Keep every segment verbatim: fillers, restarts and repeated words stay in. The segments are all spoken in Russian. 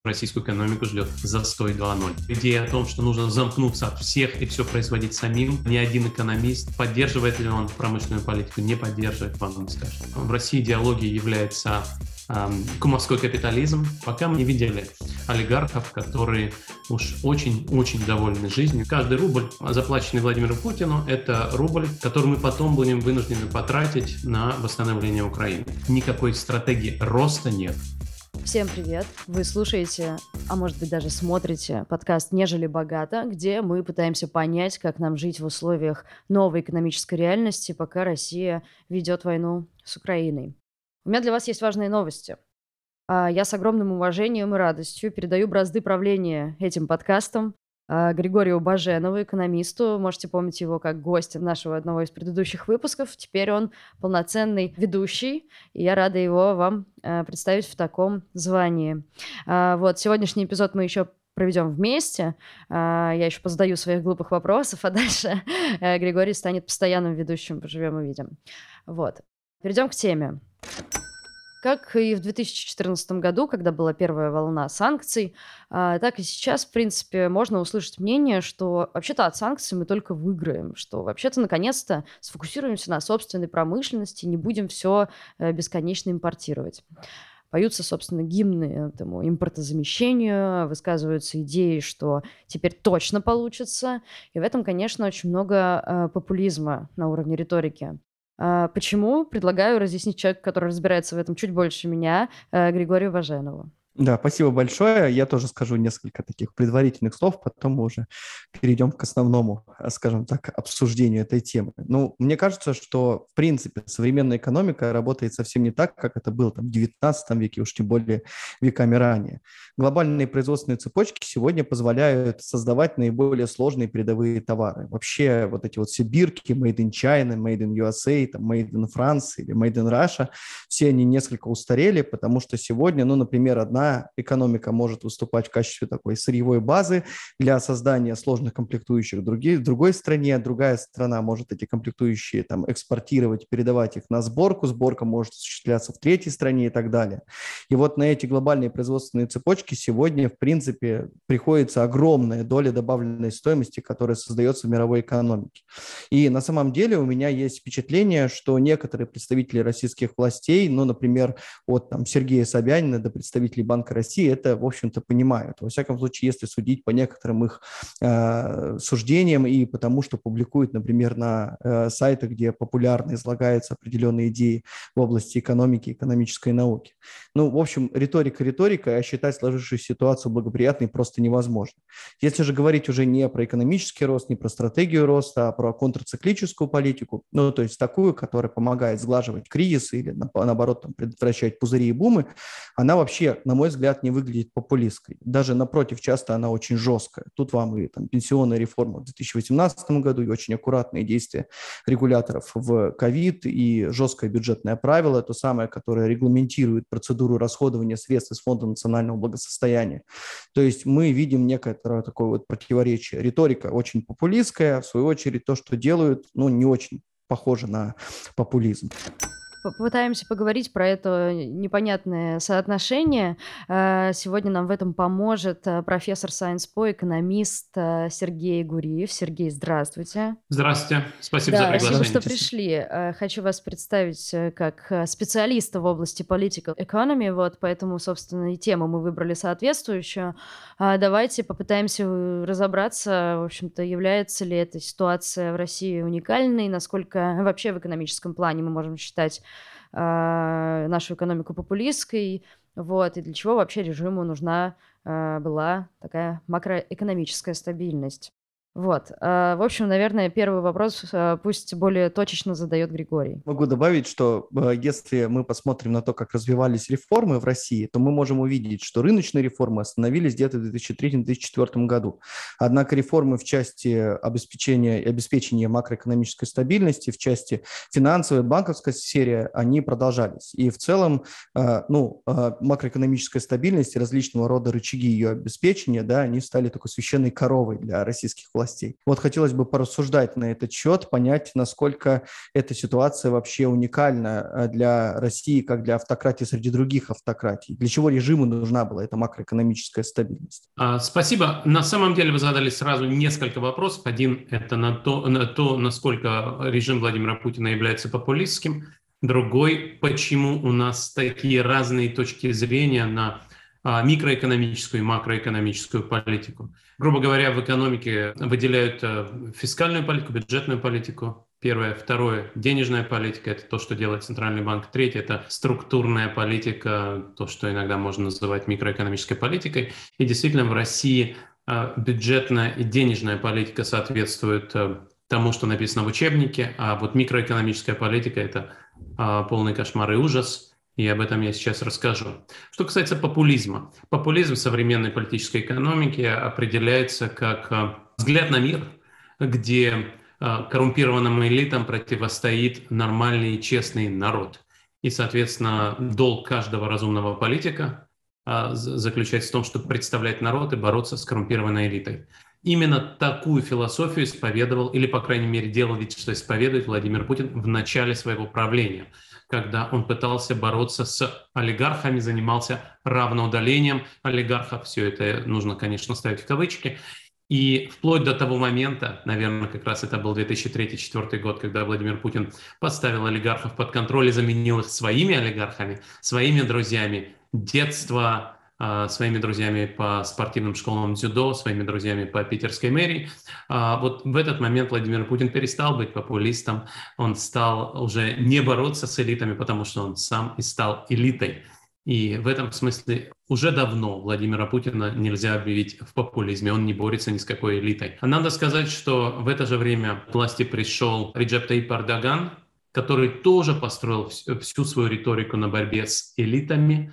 Российскую экономику ждет застой два ноль. Идея о том, что нужно замкнуться от всех и все производить самим, ни один экономист, поддерживает ли он промышленную политику, не поддерживает, вам не скажет. В России идеологией является эм, кумовской капитализм. Пока мы не видели олигархов, которые уж очень-очень довольны жизнью. Каждый рубль, заплаченный Владимиру Путину, это рубль, который мы потом будем вынуждены потратить на восстановление Украины. Никакой стратегии роста нет. Всем привет! Вы слушаете, а может быть даже смотрите подкаст «Нежели богато», где мы пытаемся понять, как нам жить в условиях новой экономической реальности, пока Россия ведет войну с Украиной. У меня для вас есть важные новости. А, Я с огромным уважением и радостью передаю бразды правления этим подкастом а, Григорию Баженову, экономисту. Можете помнить его как гостя нашего одного из предыдущих выпусков. Теперь он полноценный ведущий, и я рада его вам а, представить в таком звании. А, Вот, сегодняшний эпизод мы еще проведем вместе. А, Я еще позадаю своих глупых вопросов, а дальше э, Григорий станет постоянным ведущим. Поживем увидим. Вот. Перейдем к теме. Как и в две тысячи четырнадцатом году, когда была первая волна санкций, а, так и сейчас, в принципе, можно услышать мнение, что вообще-то от санкций мы только выиграем, что вообще-то наконец-то сфокусируемся на собственной промышленности, не будем все бесконечно импортировать. Поются, собственно, гимны этому импортозамещению, высказываются идеи, что теперь точно получится. И в этом, конечно, очень много э, популизма на уровне риторики. А, Почему? Предлагаю разъяснить человеку, который разбирается в этом чуть больше меня, э, Григорию Баженову. Да, спасибо большое. Я тоже скажу несколько таких предварительных слов, потом мы уже перейдем к основному, а, скажем так, обсуждению этой темы. Ну, мне кажется, что, в принципе, современная экономика работает совсем не так, как это было там, в девятнадцатом веке, уж тем более веками ранее. Глобальные производственные цепочки сегодня позволяют создавать наиболее сложные передовые товары. Вообще вот эти вот все бирки made in China, made in ю эс эй, там, made in France или made in Russia, все они несколько устарели, потому что сегодня, ну, например, одна экономика может выступать в качестве такой сырьевой базы для создания сложных комплектующих в другой, в другой стране, другая страна может эти комплектующие там экспортировать, передавать их на сборку, сборка может осуществляться в третьей стране и так далее. И вот на эти глобальные производственные цепочки сегодня, в принципе, приходится огромная доля добавленной стоимости, которая создается в мировой экономике. И на самом деле у меня есть впечатление, что некоторые представители российских властей, ну, например, от там, Сергея Собянина до представителей Банка России, это, в общем-то, понимают. Во всяком случае, если судить по некоторым их э, суждениям и потому, что публикуют, например, на э, сайтах, где популярно излагаются определенные идеи в области экономики, экономической науки. Ну, в общем, риторика риторика, а считать сложившуюся ситуацию благоприятной просто невозможно. Если же говорить уже не про экономический рост, не про стратегию роста, а про контрциклическую политику, ну, то есть такую, которая помогает сглаживать кризисы или, наоборот, там, предотвращать пузыри и бумы, она вообще, на мой взгляд, не выглядит популистской. Даже напротив, часто она очень жесткая. Тут вам и там, пенсионная реформа в две тысячи восемнадцатом году, и очень аккуратные действия регуляторов в ковид, и жесткое бюджетное правило, то самое, которое регламентирует процедуру расходования средств из Фонда национального благосостояния. То есть мы видим некое такое вот противоречие. Риторика очень популистская, в свою очередь то, что делают, ну, не очень похоже на популизм. Попытаемся поговорить про это непонятное соотношение. Э, Сегодня нам в этом поможет э, профессор SciencePo, экономист э, Сергей Гуриев. Сергей, здравствуйте. Здравствуйте, спасибо за Да, спасибо, приглашение. что пришли. Э, Хочу вас представить э, как э, специалиста в области political economy, вот поэтому, собственно, и тему мы выбрали соответствующую. А Давайте попытаемся э, разобраться, в общем-то, является ли эта ситуация в России уникальной, насколько вообще в экономическом плане мы можем считать э, нашу экономику популистской, вот, и для чего вообще режиму нужна э, была такая макроэкономическая стабильность. Вот. э, В общем, наверное, первый вопрос э, пусть более точечно задает Григорий. Могу добавить, что э, если мы посмотрим на то, как развивались реформы в России, то мы можем увидеть, что рыночные реформы остановились где-то в две тысячи третьем - две тысячи четвёртом году. Однако реформы в части обеспечения, обеспечения макроэкономической стабильности, в части финансовой, банковской сферы, они продолжались. И в целом э, ну, э, макроэкономическая стабильность и различного рода рычаги ее обеспечения, да, они стали такой священной коровой для российских властей. властей. Вот хотелось бы порассуждать на этот счет, понять, насколько эта ситуация вообще уникальна для России, как для автократии среди других автократий. Для чего режиму нужна была эта макроэкономическая стабильность? Спасибо. На самом деле вы задали сразу несколько вопросов. Один – это на то, на то, насколько режим Владимира Путина является популистским. Другой – почему у нас такие разные точки зрения на микроэкономическую и макроэкономическую политику. Грубо говоря, в экономике выделяют фискальную политику, бюджетную политику. Первое. Второе. Денежная политика – это то, что делает Центральный банк. Третье – это структурная политика, то, что иногда можно называть микроэкономической политикой. И действительно, в России бюджетная и денежная политика соответствуют тому, что написано в учебнике, а вот микроэкономическая политика – это полный кошмар и ужас. И об этом я сейчас расскажу. Что касается популизма. Популизм в современной политической экономике определяется как взгляд на мир, где коррумпированным элитам противостоит нормальный и честный народ. И, соответственно, долг каждого разумного политика заключается в том, чтобы представлять народ и бороться с коррумпированной элитой. Именно такую философию исповедовал, или, по крайней мере, делал вид, что исповедует Владимир Путин в начале своего правления, когда он пытался бороться с олигархами, занимался равноудалением олигархов. Все это нужно, конечно, ставить в кавычки. И вплоть до того момента, наверное, как раз это был две тысячи третий — две тысячи четвёртый год, когда Владимир Путин поставил олигархов под контроль и заменил их своими олигархами, своими друзьями детства, своими друзьями по спортивным школам дзюдо, своими друзьями по питерской мэрии. Вот в этот момент Владимир Путин перестал быть популистом, он стал уже не бороться с элитами, потому что он сам и стал элитой. И в этом смысле уже давно Владимира Путина нельзя объявить в популизме, он не борется ни с какой элитой. А надо сказать, что в это же время к власти пришел Реджеп Таyyip Эрдоган, который тоже построил всю свою риторику на борьбе с элитами.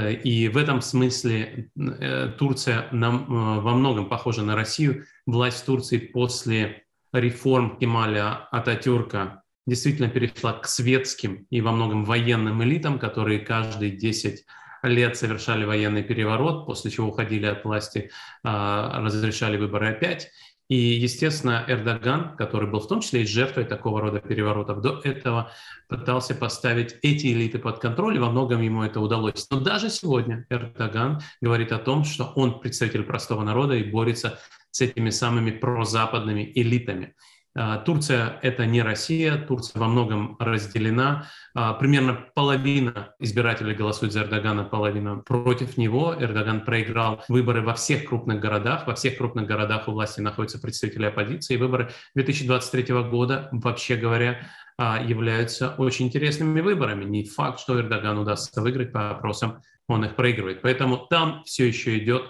И в этом смысле Турция нам, во многом похожа на Россию. Власть в Турции после реформ Кемаля Ататюрка действительно перешла к светским и во многом военным элитам, которые каждые десять лет совершали военный переворот, после чего уходили от власти, разрешали выборы опять. И, естественно, Эрдоган, который был в том числе и жертвой такого рода переворотов до этого, пытался поставить эти элиты под контроль, и во многом ему это удалось. Но даже сегодня Эрдоган говорит о том, что он представитель простого народа и борется с этими самыми прозападными элитами. Турция – это не Россия, Турция во многом разделена. Примерно половина избирателей голосует за Эрдогана, половина против него. Эрдоган проиграл выборы во всех крупных городах. Во всех крупных городах у власти находятся представители оппозиции. Выборы две тысячи двадцать третьего года, вообще говоря, являются очень интересными выборами. Не факт, что Эрдогану удастся выиграть по опросам, он их проигрывает. Поэтому там все еще идет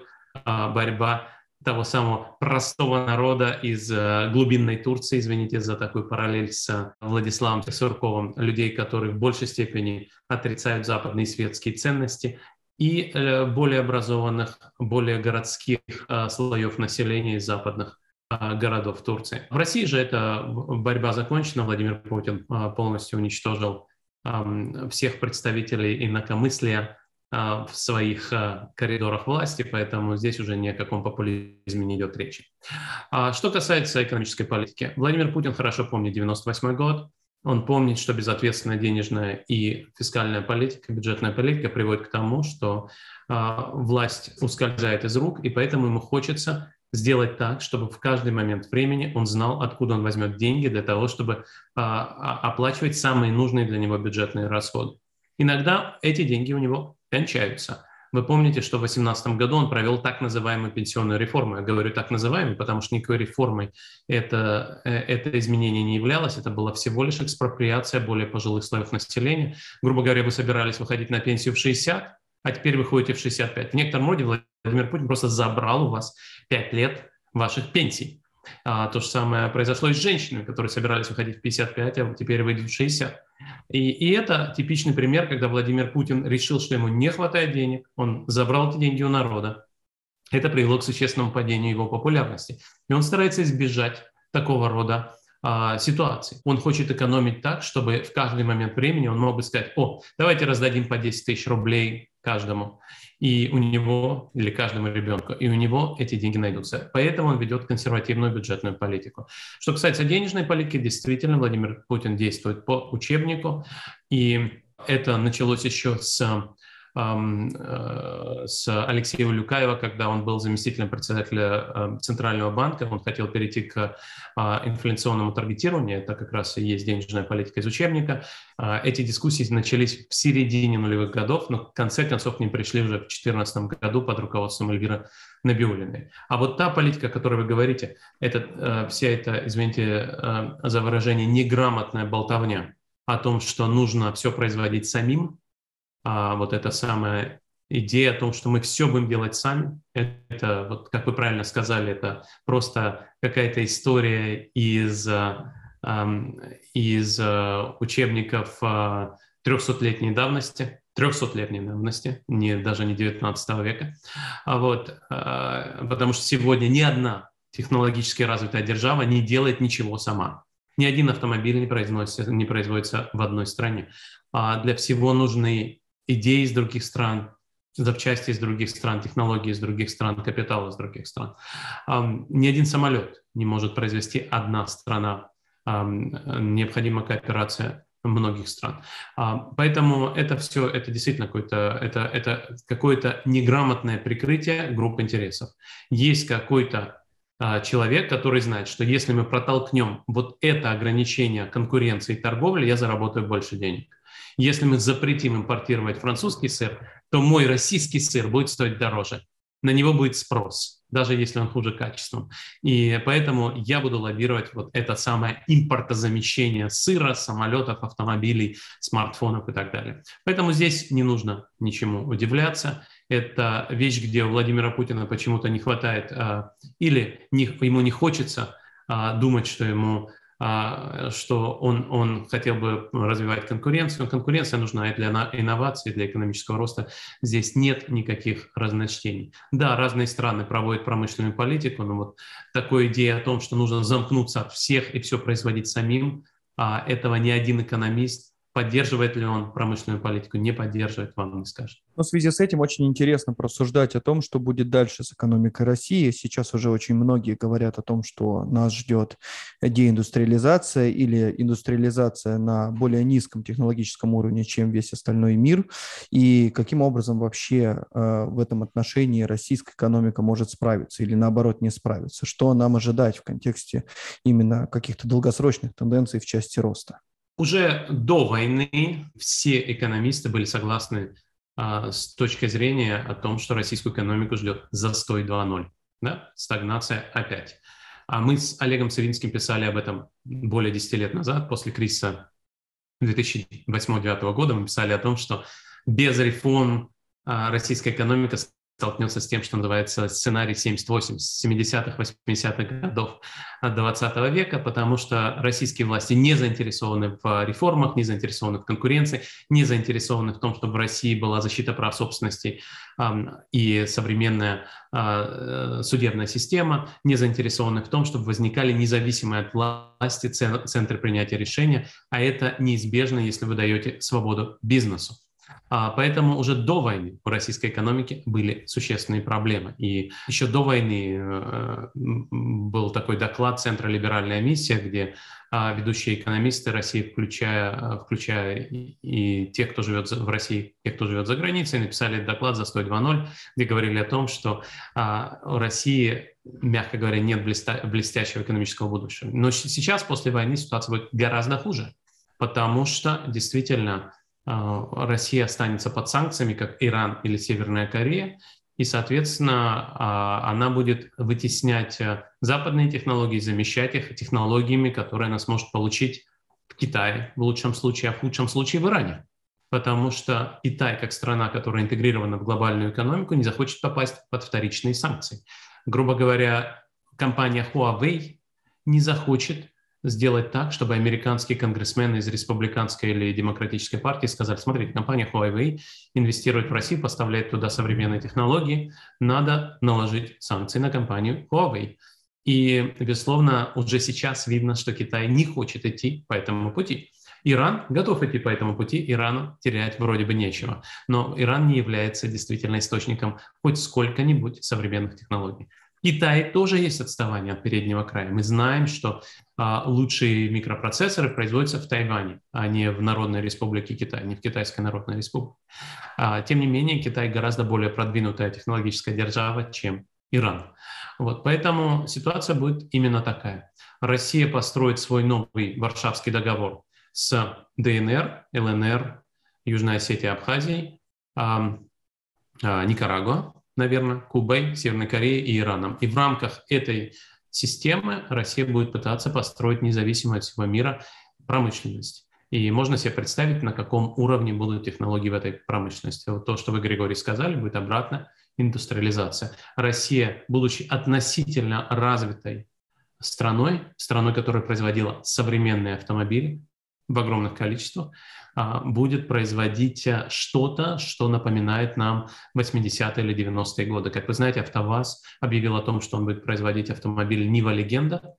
борьба того самого простого народа из э, глубинной Турции, извините за такую параллель с Владиславом Сурковым, людей, которые в большей степени отрицают западные светские ценности, и э, более образованных, более городских э, слоев населения из западных э, городов Турции. В России же эта борьба закончена, Владимир Путин э, полностью уничтожил э, всех представителей инакомыслия в своих коридорах власти, поэтому здесь уже ни о каком популизме не идет речи. Что касается экономической политики, Владимир Путин хорошо помнит девяносто восьмой год, он помнит, что безответственная денежная и фискальная политика, бюджетная политика приводит к тому, что власть ускользает из рук, и поэтому ему хочется сделать так, чтобы в каждый момент времени он знал, откуда он возьмет деньги для того, чтобы оплачивать самые нужные для него бюджетные расходы. Иногда эти деньги у него кончаются. Вы помните, что в две тысячи восемнадцатом году он провел так называемую пенсионную реформу. Я говорю так называемую, потому что никакой реформой это, это изменение не являлось. Это была всего лишь экспроприация более пожилых слоев населения. Грубо говоря, вы собирались выходить на пенсию в шестьдесят, а теперь вы ходите в шестьдесят пять. В некотором роде Владимир Путин просто забрал у вас пять лет ваших пенсий. А, то же самое произошло и с женщинами, которые собирались выходить в пятьдесят пять, а теперь выйдут в шестьдесят. И, и это типичный пример, когда Владимир Путин решил, что ему не хватает денег, он забрал эти деньги у народа. Это привело к существенному падению его популярности. И он старается избежать такого рода а, ситуаций. Он хочет экономить так, чтобы в каждый момент времени он мог бы сказать: о, давайте раздадим по десять тысяч рублей каждому. и у него, или каждому ребенку, и у него эти деньги найдутся. Поэтому он ведет консервативную бюджетную политику. Что касается денежной политики, действительно, Владимир Путин действует по учебнику, и это началось еще с, с Алексея Улюкаева, когда он был заместителем председателя Центрального банка. Он хотел перейти к инфляционному таргетированию, это как раз и есть денежная политика из учебника. Эти дискуссии начались в середине нулевых годов, но в конце концов к ним пришли уже в две тысячи четырнадцатом году под руководством Эльвиры Набиуллиной. А вот та политика, о которой вы говорите, это вся эта, извините за выражение, неграмотная болтовня о том, что нужно все производить самим, а вот эта самая идея о том, что мы все будем делать сами, это, вот, как вы правильно сказали, это просто какая-то история из, из учебников трехсотлетней давности, трехсотлетней давности, не, даже не девятнадцатого века, а вот, потому что сегодня ни одна технологически развитая держава не делает ничего сама. Ни один автомобиль не производится, не производится в одной стране. А для всего нужны идеи из других стран, запчасти из других стран, технологии из других стран, капитал из других стран. Ни один самолет не может произвести одна страна. Необходима кооперация многих стран. Поэтому это все, это действительно какое-то, это, это какое-то неграмотное прикрытие групп интересов. Есть какой-то человек, который знает, что если мы протолкнем вот это ограничение конкуренции и торговли, я заработаю больше денег. Если мы запретим импортировать французский сыр, то мой российский сыр будет стоить дороже. На него будет спрос, даже если он хуже качеством. И поэтому я буду лоббировать вот это самое импортозамещение сыра, самолетов, автомобилей, смартфонов и так далее. Поэтому здесь не нужно ничему удивляться. Это вещь, где у Владимира Путина почему-то не хватает или не, ему не хочется думать, что ему что он, он хотел бы развивать конкуренцию. Конкуренция нужна и для инноваций, и для экономического роста. Здесь нет никаких разночтений. Да, разные страны проводят промышленную политику, но вот такой идея о том, что нужно замкнуться от всех и все производить самим, этого ни один экономист, поддерживает ли он промышленную политику, не поддерживает, вам не скажет. Но в связи с этим очень интересно порассуждать о том, что будет дальше с экономикой России. Сейчас уже очень многие говорят о том, что нас ждет деиндустриализация или индустриализация на более низком технологическом уровне, чем весь остальной мир. И каким образом вообще э, в этом отношении российская экономика может справиться или наоборот не справиться? Что нам ожидать в контексте именно каких-то долгосрочных тенденций в части роста? Уже до войны все экономисты были согласны а, с точки зрения о том, что российскую экономику ждет застой два ноль, да? Стагнация опять. А мы с Олегом Савинским писали об этом более десяти лет назад, после кризиса две тысячи восьмого — две тысячи девятого года. Мы писали о том, что без реформ а, российская экономика столкнется с тем, что называется сценарий семьдесят восемь с семидесятых — восьмидесятых годов двадцатого века, потому что российские власти не заинтересованы в реформах, не заинтересованы в конкуренции, не заинтересованы в том, чтобы в России была защита прав собственности э, и современная э, судебная система, не заинтересованы в том, чтобы возникали независимые от власти центры принятия решения, а это неизбежно, если вы даете свободу бизнесу. Поэтому уже до войны у российской экономики были существенные проблемы. И еще до войны был такой доклад Центра «Либеральная миссия», где ведущие экономисты России, включая, включая и, и тех, кто живет в России, тех, кто живет за границей, написали доклад «Застой два ноль», где говорили о том, что у России, мягко говоря, нет блеста, блестящего экономического будущего. Но сейчас, после войны, ситуация будет гораздо хуже, потому что действительно Россия останется под санкциями, как Иран или Северная Корея, и, соответственно, она будет вытеснять западные технологии, замещать их технологиями, которые она сможет получить в Китае, в лучшем случае, а в худшем случае в Иране. Потому что Китай, как страна, которая интегрирована в глобальную экономику, не захочет попасть под вторичные санкции. Грубо говоря, компания Huawei не захочет сделать так, чтобы американские конгрессмены из республиканской или демократической партии сказали: смотрите, компания Huawei инвестирует в Россию, поставляет туда современные технологии, надо наложить санкции на компанию Huawei. И, безусловно, уже сейчас видно, что Китай не хочет идти по этому пути. Иран готов идти по этому пути, Ирану терять вроде бы нечего. Но Иран не является действительно источником хоть сколько-нибудь современных технологий. В Китае тоже есть отставание от переднего края. Мы знаем, что а, лучшие микропроцессоры производятся в Тайване, а не в Народной Республике Китай, не в Китайской Народной Республике. А, тем не менее, Китай гораздо более продвинутая технологическая держава, чем Иран. Вот, поэтому ситуация будет именно такая. Россия построит свой новый Варшавский договор с ДНР, ЛНР, Южной Осетией, Абхазией, а, а, Никарагуа, наверное, Кубой, Северной Кореей и Ираном. И в рамках этой системы Россия будет пытаться построить независимую от всего мира промышленность. И можно себе представить, на каком уровне будут технологии в этой промышленности. Вот то, что вы, Григорий, сказали, будет обратно индустриализация. Россия, будучи относительно развитой страной, страной, которая производила современные автомобили в огромных количествах, будет производить что-то, что напоминает нам восьмидесятые или девяностые годы. Как вы знаете, АвтоВАЗ объявил о том, что он будет производить автомобиль Нива Легенда.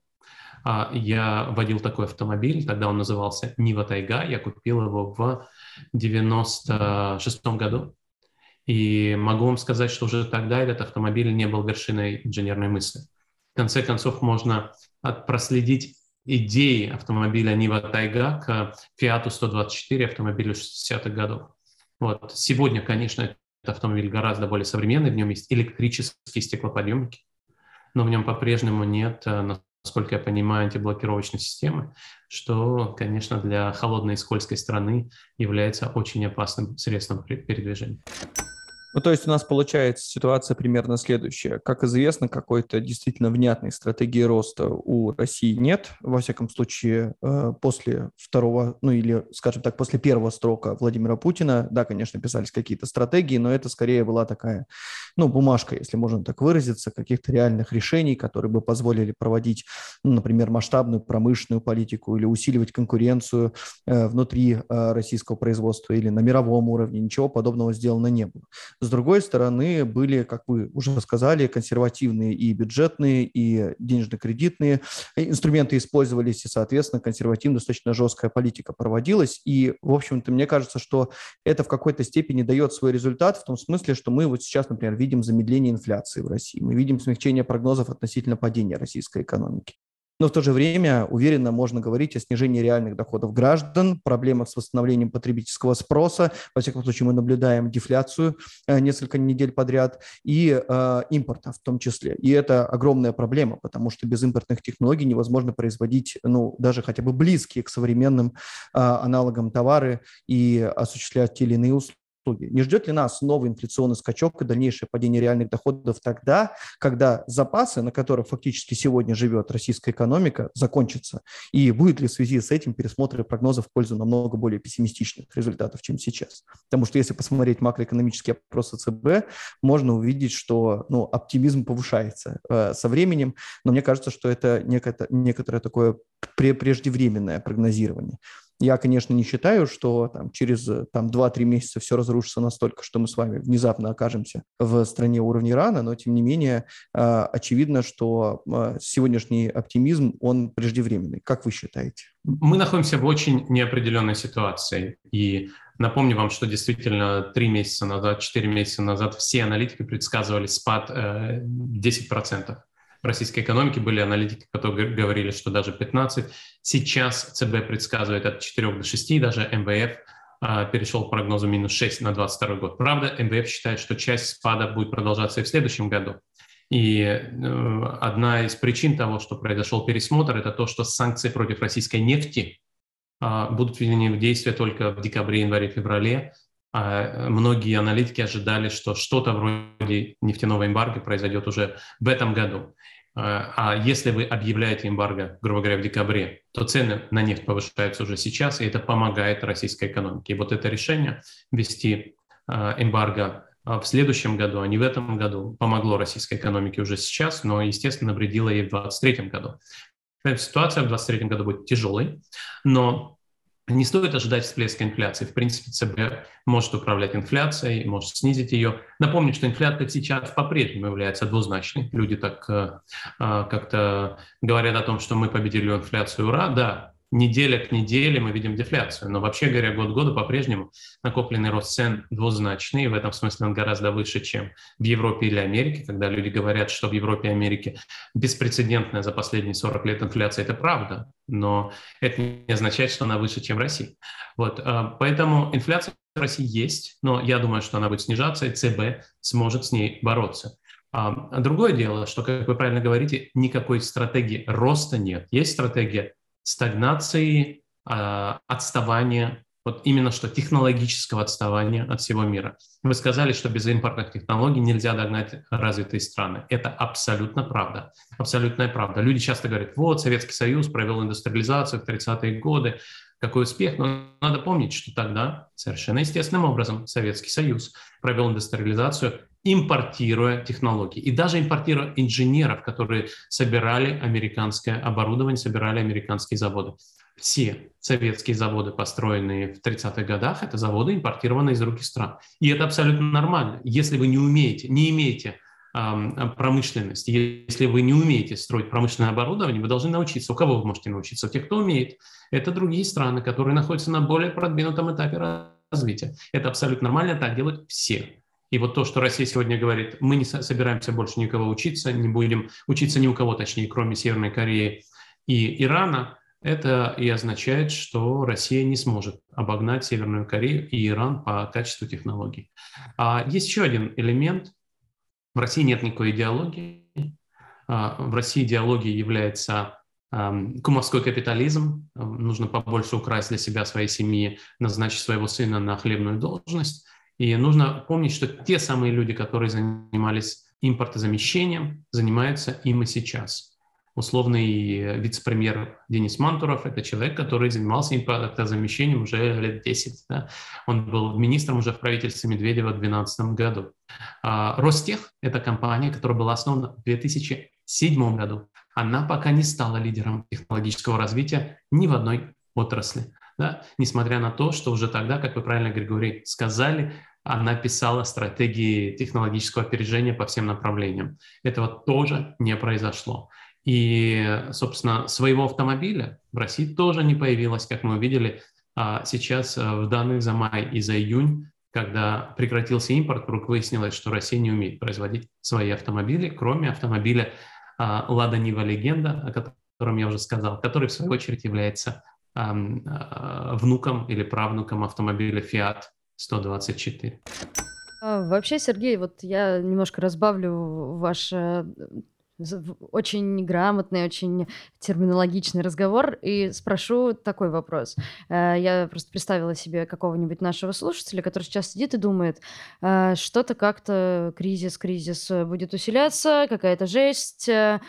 Я водил такой автомобиль, тогда он назывался Нива Тайга, я купил его в девяносто шестом году. И могу вам сказать, что уже тогда этот автомобиль не был вершиной инженерной мысли. В конце концов, можно проследить идеи автомобиля Нива Тайга к Фиату сто двадцать четыре, автомобилю шестидесятых годов. Вот. Сегодня, конечно, этот автомобиль гораздо более современный, в нем есть электрические стеклоподъемники, но в нем по-прежнему нет, насколько я понимаю, антиблокировочной системы, что, конечно, для холодной и скользкой страны является очень опасным средством передвижения. Ну, то есть у нас получается ситуация примерно следующая. Как известно, какой-то действительно внятной стратегии роста у России нет. Во всяком случае, после второго, ну или, скажем так, после первого срока Владимира Путина, да, конечно, писались какие-то стратегии, но это скорее была такая, ну, бумажка, если можно так выразиться, каких-то реальных решений, которые бы позволили проводить, ну, например, масштабную промышленную политику или усиливать конкуренцию внутри российского производства или на мировом уровне. Ничего подобного сделано не было. С другой стороны, были, как вы уже сказали, консервативные и бюджетные, и денежно-кредитные инструменты использовались, и, соответственно, консервативная, достаточно жесткая политика проводилась. И, в общем-то, мне кажется, что это в какой-то степени дает свой результат в том смысле, что мы вот сейчас, например, видим замедление инфляции в России, мы видим смягчение прогнозов относительно падения российской экономики. Но в то же время уверенно можно говорить о снижении реальных доходов граждан, проблемах с восстановлением потребительского спроса. Во всяком случае, мы наблюдаем дефляцию несколько недель подряд и э, импорта в том числе. И это огромная проблема, потому что без импортных технологий невозможно производить, ну, даже хотя бы близкие к современным э, аналогам товары и осуществлять те или иные услуги. Не ждет ли нас новый инфляционный скачок и дальнейшее падение реальных доходов тогда, когда запасы, на которых фактически сегодня живет российская экономика, закончатся? И будет ли в связи с этим пересмотр прогнозов в пользу намного более пессимистичных результатов, чем сейчас? Потому что если посмотреть макроэкономические опросы ЦБ, можно увидеть, что, ну, оптимизм повышается э, со временем, но мне кажется, что это некое, некоторое такое преждевременное прогнозирование. Я, конечно, не считаю, что там, через там, два-три месяца все разрушится настолько, что мы с вами внезапно окажемся в стране уровня Ирана, но, тем не менее, очевидно, что сегодняшний оптимизм, он преждевременный. Как вы считаете? Мы находимся в очень неопределенной ситуации. И напомню вам, что действительно три месяца назад, четыре месяца назад все аналитики предсказывали спад э, десять процентов. В российской экономике были аналитики, которые говорили, что даже пятнадцать. Сейчас ЦБ предсказывает от четырёх до шести, даже эм вэ эф а, перешел к прогнозу минус шесть на двадцать второй год. Правда, эм вэ эф считает, что часть спада будет продолжаться и в следующем году. И э, одна из причин того, что произошел пересмотр, это то, что санкции против российской нефти а, будут введены в действие только в декабре, январе, феврале. А многие аналитики ожидали, что что-то вроде нефтяного эмбарго произойдет уже в этом году. А если вы объявляете эмбарго, грубо говоря, в декабре, то цены на нефть повышаются уже сейчас, и это помогает российской экономике. И вот это решение ввести эмбарго в следующем году, а не в этом году, помогло российской экономике уже сейчас, но, естественно, навредило ей в двадцать третьем году. Ситуация в двадцать третьем году будет тяжелой, но не стоит ожидать всплеска инфляции. В принципе, ЦБ может управлять инфляцией, может снизить ее. Напомню, что инфляция сейчас по-прежнему является двузначной. Люди так э, как-то говорят о том, что мы победили инфляцию, ура. Да, неделя к неделе мы видим дефляцию. Но вообще говоря, год к году по-прежнему накопленный рост цен двузначный. И в этом смысле он гораздо выше, чем в Европе или Америке. Когда люди говорят, что в Европе и Америке беспрецедентная за последние сорок лет инфляция, это правда. Но это не означает, что она выше, чем в России. Вот, поэтому инфляция в России есть, но я думаю, что она будет снижаться, и ЦБ сможет с ней бороться. А другое дело, что, как вы правильно говорите, никакой стратегии роста нет. Есть стратегия стагнации, отставания, вот именно что технологического отставания от всего мира. Вы сказали, что без импортных технологий нельзя догнать развитые страны. Это абсолютно правда. Абсолютная правда. Люди часто говорят, вот, Советский Союз провел индустриализацию в тридцатые годы, какой успех. Но надо помнить, что тогда совершенно естественным образом Советский Союз провел индустриализацию, импортируя технологии. И даже импортируя инженеров, которые собирали американское оборудование, собирали американские заводы. Все советские заводы, построенные в тридцатых годах, это заводы, импортированные из других стран. И это абсолютно нормально. Если вы не умеете, не имеете промышленность. Если вы не умеете строить промышленное оборудование, вы должны научиться. У кого вы можете научиться? У тех, кто умеет. Это другие страны, которые находятся на более продвинутом этапе развития. Это абсолютно нормально, так делают все. И вот то, что Россия сегодня говорит, мы не собираемся больше никого учиться, не будем учиться ни у кого, точнее, кроме Северной Кореи и Ирана, это и означает, что Россия не сможет обогнать Северную Корею и Иран по качеству технологий. А есть еще один элемент. В России нет никакой идеологии. В России идеологией является кумовской капитализм. Нужно побольше украсть для себя, своей семьи, назначить своего сына на хлебную должность. И нужно помнить, что те самые люди, которые занимались импортозамещением, занимаются им и сейчас. Условный вице-премьер Денис Мантуров – это человек, который занимался импортозамещением уже лет десять. Да? Он был министром уже в правительстве Медведева в две тысячи двенадцатом году. А Ростех – это компания, которая была основана в две тысячи седьмом году. Она пока не стала лидером технологического развития ни в одной отрасли. Да? Несмотря на то, что уже тогда, как вы правильно, Григорий, сказали, она писала стратегии технологического опережения по всем направлениям. Этого тоже не произошло. И, собственно, своего автомобиля в России тоже не появилось, как мы увидели сейчас в данных за май и за июнь, когда прекратился импорт, вдруг выяснилось, что Россия не умеет производить свои автомобили, кроме автомобиля «Лада Нива Легенда», о котором я уже сказал, который, в свою очередь, является внуком или правнуком автомобиля «Фиат сто двадцать четыре». Вообще, Сергей, вот я немножко разбавлю ваше очень грамотный, очень терминологичный разговор и спрошу такой вопрос. Я просто представила себе какого-нибудь нашего слушателя, который сейчас сидит и думает, что-то как-то кризис, кризис будет усиляться, какая-то жесть,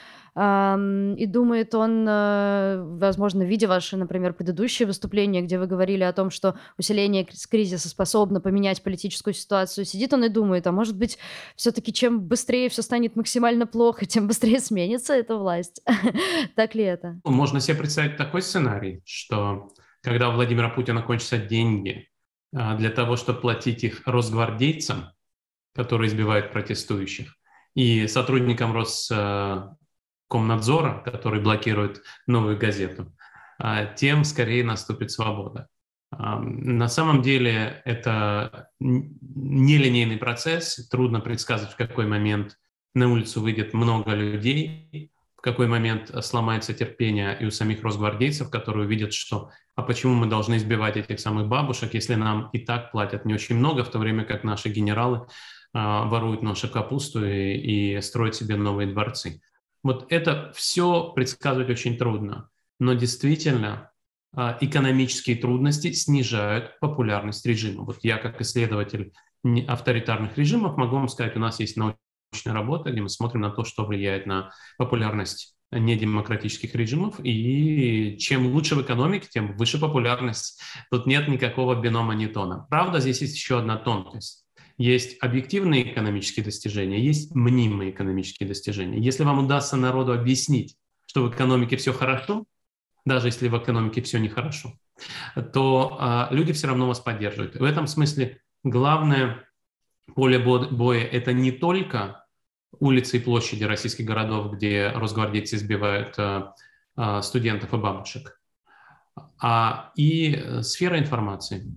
и думает он, возможно, видя ваши, например, предыдущие выступления, где вы говорили о том, что усиление кризиса способно поменять политическую ситуацию, сидит он и думает, а может быть, все-таки чем быстрее все станет максимально плохо, тем быстрее сменится эта власть. Так ли это? Можно себе представить такой сценарий, что когда у Владимира Путина кончатся деньги для того, чтобы платить их росгвардейцам, которые избивают протестующих, и сотрудникам Рос Комнадзора, который блокирует «Новую газету», тем скорее наступит свобода. На самом деле это нелинейный процесс, трудно предсказывать, в какой момент на улицу выйдет много людей, в какой момент сломается терпение и у самих росгвардейцев, которые увидят, что «а почему мы должны избивать этих самых бабушек, если нам и так платят не очень много, в то время как наши генералы воруют нашу капусту и, и строят себе новые дворцы». Вот это все предсказывать очень трудно, но действительно экономические трудности снижают популярность режима. Вот я как исследователь авторитарных режимов могу вам сказать, у нас есть научная работа, где мы смотрим на то, что влияет на популярность недемократических режимов, и чем лучше в экономике, тем выше популярность. Тут нет никакого бинома Ньютона. Правда, здесь есть еще одна тонкость. Есть объективные экономические достижения, есть мнимые экономические достижения. Если вам удастся народу объяснить, что в экономике все хорошо, даже если в экономике все нехорошо, то а, люди все равно вас поддерживают. В этом смысле главное поле боя – это не только улицы и площади российских городов, где росгвардейцы избивают а, а, студентов и бабушек. а, и сфера информации,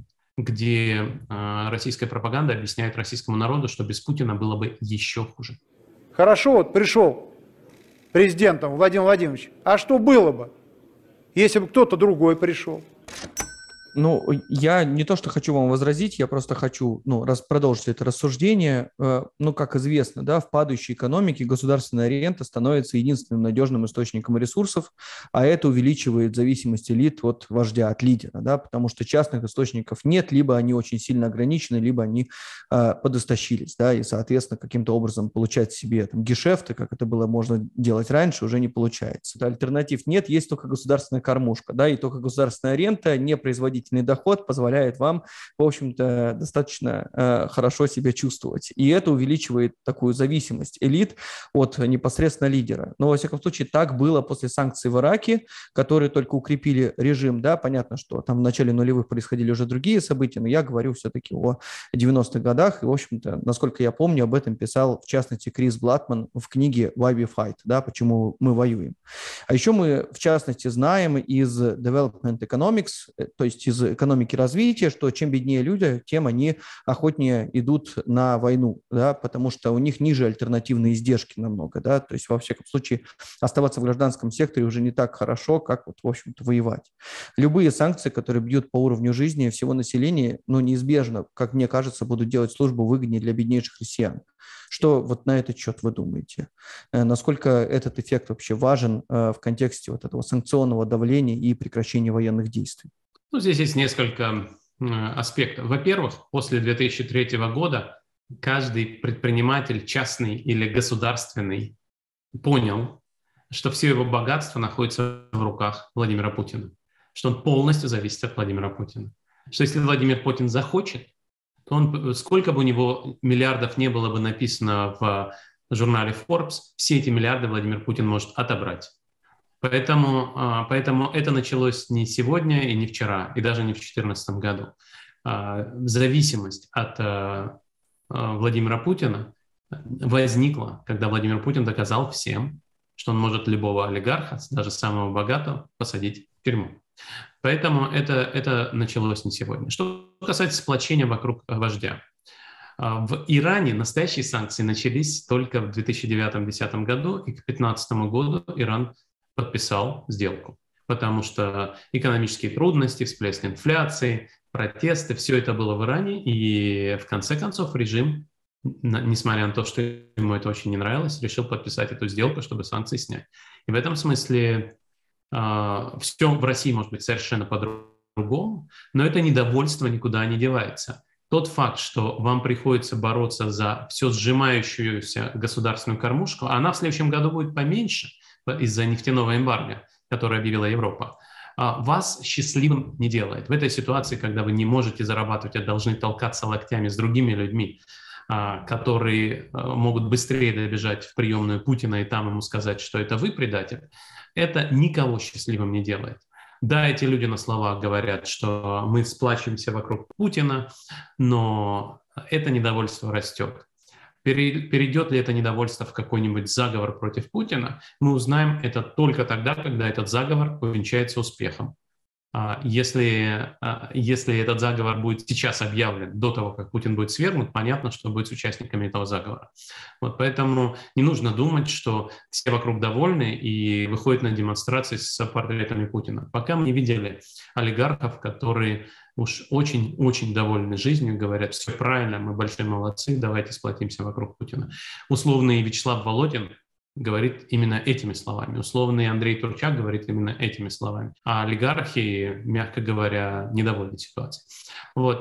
где а, российская пропаганда объясняет российскому народу, что без Путина было бы еще хуже. Хорошо, вот пришел президентом Владимир Владимирович, а что было бы, если бы кто-то другой пришел? Ну, я не то, что хочу вам возразить, я просто хочу, ну, раз, продолжить это рассуждение. Э, ну, как известно, да, в падающей экономике государственная рента становится единственным надежным источником ресурсов, а это увеличивает зависимость элит от вождя, от лидера, да, потому что частных источников нет, либо они очень сильно ограничены, либо они э, подостащились, да, и, соответственно, каким-то образом получать себе там гешефты, как это было можно делать раньше, уже не получается. Альтернатив нет, есть только государственная кормушка, да, и только государственная рента, не производительная доход позволяет вам, в общем-то, достаточно э, хорошо себя чувствовать. И это увеличивает такую зависимость элит от непосредственно лидера. Но, во всяком случае, так было после санкций в Ираке, которые только укрепили режим. Да, понятно, что там в начале нулевых происходили уже другие события, но я говорю все-таки о девяностых годах. И, в общем-то, насколько я помню, об этом писал, в частности, Крис Блатман в книге «Why we fight», да, «Почему мы воюем». А еще мы, в частности, знаем из Development Economics, то есть из экономики развития, что чем беднее люди, тем они охотнее идут на войну, да, потому что у них ниже альтернативные издержки намного, да, то есть во всяком случае оставаться в гражданском секторе уже не так хорошо, как вот, в общем-то, воевать. Любые санкции, которые бьют по уровню жизни всего населения, ну, неизбежно, как мне кажется, будут делать службу выгоднее для беднейших россиян. Что вот на этот счет вы думаете? Насколько этот эффект вообще важен в контексте вот этого санкционного давления и прекращения военных действий? Ну, здесь есть несколько аспектов. Во-первых, после две тысячи третьего года каждый предприниматель, частный или государственный, понял, что все его богатство находится в руках Владимира Путина, что он полностью зависит от Владимира Путина. Что если Владимир Путин захочет, то он, сколько бы у него миллиардов не было бы написано в журнале Forbes, все эти миллиарды Владимир Путин может отобрать. Поэтому, поэтому это началось не сегодня и не вчера, и даже не в две тысячи четырнадцатом году. Зависимость от Владимира Путина возникла, когда Владимир Путин доказал всем, что он может любого олигарха, даже самого богатого, посадить в тюрьму. Поэтому это, это началось не сегодня. Что касается сплочения вокруг вождя. В Иране настоящие санкции начались только в две тысячи девятом — две тысячи десятом году, и к две тысячи пятнадцатому году Иран подписал сделку, потому что экономические трудности, всплеск инфляции, протесты, все это было в Иране, и в конце концов режим, несмотря на то, что ему это очень не нравилось, решил подписать эту сделку, чтобы санкции снять. И в этом смысле э, все в России может быть совершенно по-другому, но это недовольство никуда не девается. Тот факт, что вам приходится бороться за все сжимающуюся государственную кормушку, она в следующем году будет поменьше, из-за нефтяного эмбарго, которое объявила Европа, вас счастливым не делает. В этой ситуации, когда вы не можете зарабатывать, а должны толкаться локтями с другими людьми, которые могут быстрее добежать в приемную Путина и там ему сказать, что это вы предатель, это никого счастливым не делает. Да, эти люди на словах говорят, что мы сплачиваемся вокруг Путина, но это недовольство растет. Перейдет ли это недовольство в какой-нибудь заговор против Путина, мы узнаем это только тогда, когда этот заговор увенчается успехом. Если, если этот заговор будет сейчас объявлен до того, как Путин будет свергнут, понятно, что будет с участниками этого заговора. Вот поэтому не нужно думать, что все вокруг довольны и выходят на демонстрации с портретами Путина. Пока мы не видели олигархов, которые уж очень-очень довольны жизнью, говорят, все правильно, мы большие молодцы, давайте сплотимся вокруг Путина. Условный Вячеслав Володин говорит именно этими словами. Условный Андрей Турчак говорит именно этими словами. А олигархи, мягко говоря, недовольны ситуацией. Вот.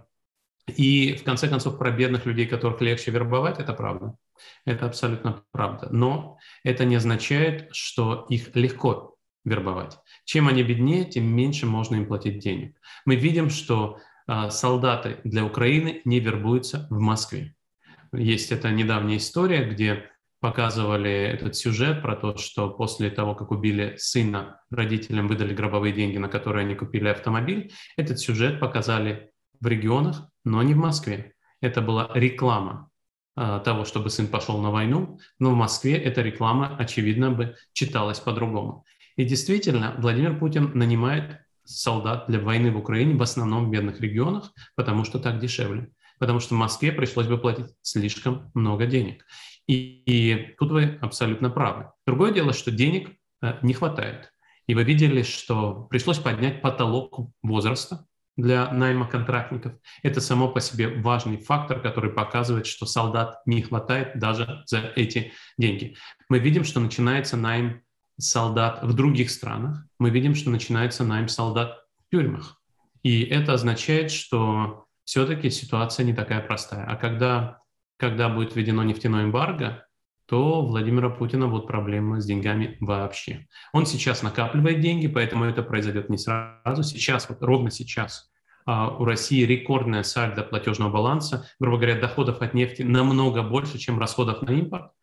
И в конце концов про бедных людей, которых легче вербовать, это правда. Это абсолютно правда. Но это не означает, что их легко вербовать. Чем они беднее, тем меньше можно им платить денег. Мы видим, что солдаты для Украины не вербуются в Москве. Есть эта недавняя история, где показывали этот сюжет про то, что после того, как убили сына, родителям выдали гробовые деньги, на которые они купили автомобиль. Этот сюжет показали в регионах, но не в Москве. Это была реклама а, того, чтобы сын пошел на войну, но в Москве эта реклама, очевидно, бы читалась по-другому. И действительно, Владимир Путин нанимает солдат для войны в Украине, в основном в бедных регионах, потому что так дешевле. Потому что в Москве пришлось бы платить слишком много денег. И, и тут вы абсолютно правы. Другое дело, что денег э, не хватает. И вы видели, что пришлось поднять потолок возраста для найма контрактников. Это само по себе важный фактор, который показывает, что солдат не хватает даже за эти деньги. Мы видим, что начинается найм солдат в других странах. Мы видим, что начинается найм солдат в тюрьмах. И это означает, что все-таки ситуация не такая простая. А когда, когда будет введено нефтяное эмбарго, то у Владимира Путина будут проблемы с деньгами вообще. Он сейчас накапливает деньги, поэтому это произойдет не сразу. Сейчас, вот ровно сейчас, у России рекордная сальдо платежного баланса. Грубо говоря, доходов от нефти намного больше, чем расходов на импорт.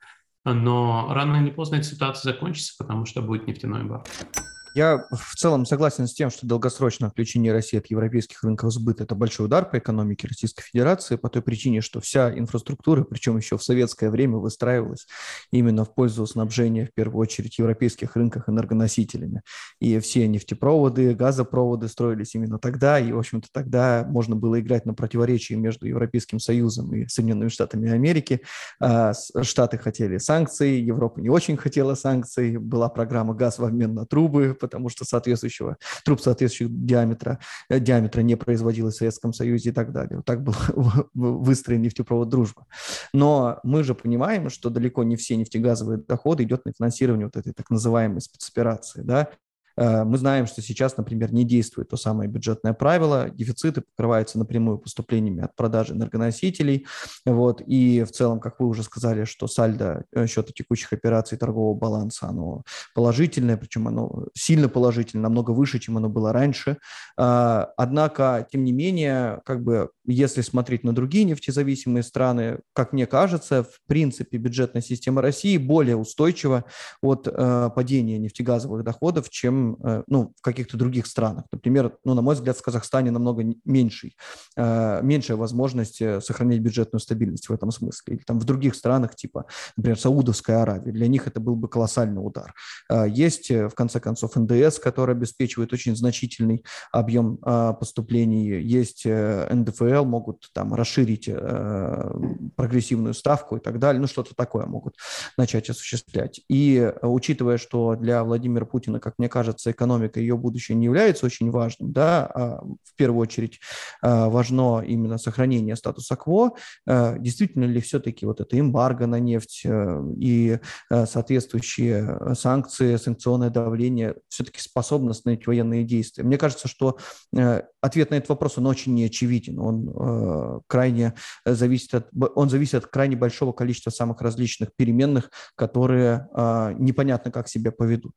Но рано или поздно эта ситуация закончится, потому что будет нефтяной эмбарго. Я в целом согласен с тем, что долгосрочное отключение России от европейских рынков сбыта – это большой удар по экономике Российской Федерации по той причине, что вся инфраструктура, причем еще в советское время, выстраивалась именно в пользу снабжения, в первую очередь, европейских рынков энергоносителями. И все нефтепроводы, газопроводы строились именно тогда, и, в общем-то, тогда можно было играть на противоречии между Европейским Союзом и Соединенными Штатами Америки. Штаты хотели санкций, Европа не очень хотела санкций, была программа «Газ в обмен на трубы», потому что соответствующего, труб соответствующего диаметра, диаметра не производилось в Советском Союзе и так далее. Вот так был выстроен нефтепровод «Дружба». Но мы же понимаем, что далеко не все нефтегазовые доходы идут на финансирование вот этой так называемой спецоперации, да. Мы знаем, что сейчас, например, не действует то самое бюджетное правило, дефициты покрываются напрямую поступлениями от продажи энергоносителей. Вот. И в целом, как вы уже сказали, что сальдо счета текущих операций торгового баланса, оно положительное, причем оно сильно положительное, намного выше, чем оно было раньше. Однако, тем не менее, как бы, если смотреть на другие нефтезависимые страны, как мне кажется, в принципе, бюджетная система России более устойчива от падения нефтегазовых доходов, чем ну, в каких-то других странах. Например, ну, на мой взгляд, в Казахстане намного меньший, э, меньшая возможность сохранять бюджетную стабильность в этом смысле. Или там в других странах, типа, например, Саудовская Аравия, для них это был бы колоссальный удар. Э, есть, в конце концов, эн дэ эс, который обеспечивает очень значительный объем э, поступлений. Есть э, эн дэ эф эл, могут там расширить э, прогрессивную ставку и так далее. Ну, что-то такое могут начать осуществлять. И э, учитывая, что для Владимира Путина, как мне кажется, экономика, ее будущее не является очень важным, да, а в первую очередь важно именно сохранение статуса кво, действительно ли все-таки вот это эмбарго на нефть и соответствующие санкции, санкционное давление все-таки способно остановить военные действия? Мне кажется, что ответ на этот вопрос, он очень неочевиден, он крайне зависит от, он зависит от крайне большого количества самых различных переменных, которые непонятно как себя поведут.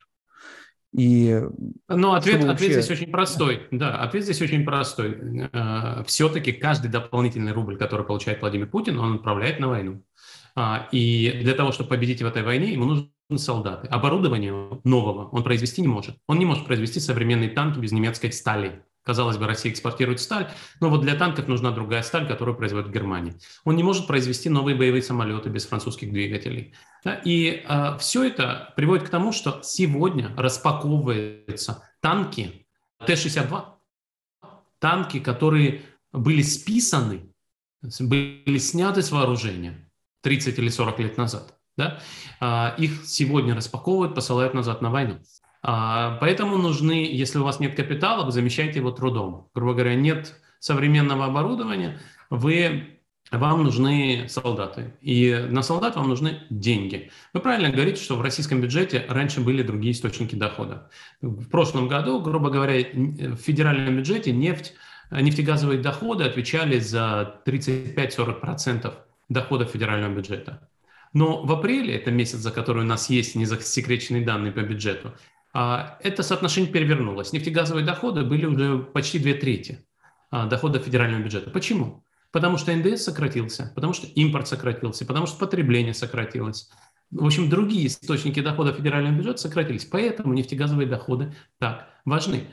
И Но ответ, вообще... ответ здесь очень простой. Да, ответ здесь очень простой. Все-таки каждый дополнительный рубль, который получает Владимир Путин, он отправляет на войну. И для того, чтобы победить в этой войне, ему нужны солдаты. Оборудование нового он произвести не может. Он не может произвести современные танки без немецкой стали. Казалось бы, Россия экспортирует сталь, но вот для танков нужна другая сталь, которую производит в Германии. Он не может произвести новые боевые самолеты без французских двигателей. Да, и э, все это приводит к тому, что сегодня распаковываются танки Т шестьдесят два, танки, которые были списаны, были сняты с вооружения тридцать или сорок лет назад. Да? Э, их сегодня распаковывают, посылают назад на войну. Поэтому нужны, если у вас нет капитала, вы замещаете его трудом. Грубо говоря, нет современного оборудования, вы, вам нужны солдаты. И на солдат вам нужны деньги. Вы правильно говорите, что в российском бюджете раньше были другие источники дохода. В прошлом году, грубо говоря, в федеральном бюджете нефть, нефтегазовые доходы отвечали за тридцать пять - сорок процентов доходов федерального бюджета. Но в апреле, это месяц, за который у нас есть незасекреченные данные по бюджету, это соотношение перевернулось. Нефтегазовые доходы были уже почти две трети доходов федерального бюджета. Почему? Потому что эн дэ эс сократился, потому что импорт сократился, потому что потребление сократилось. В общем, другие источники дохода федерального бюджета сократились. Поэтому нефтегазовые доходы так важны.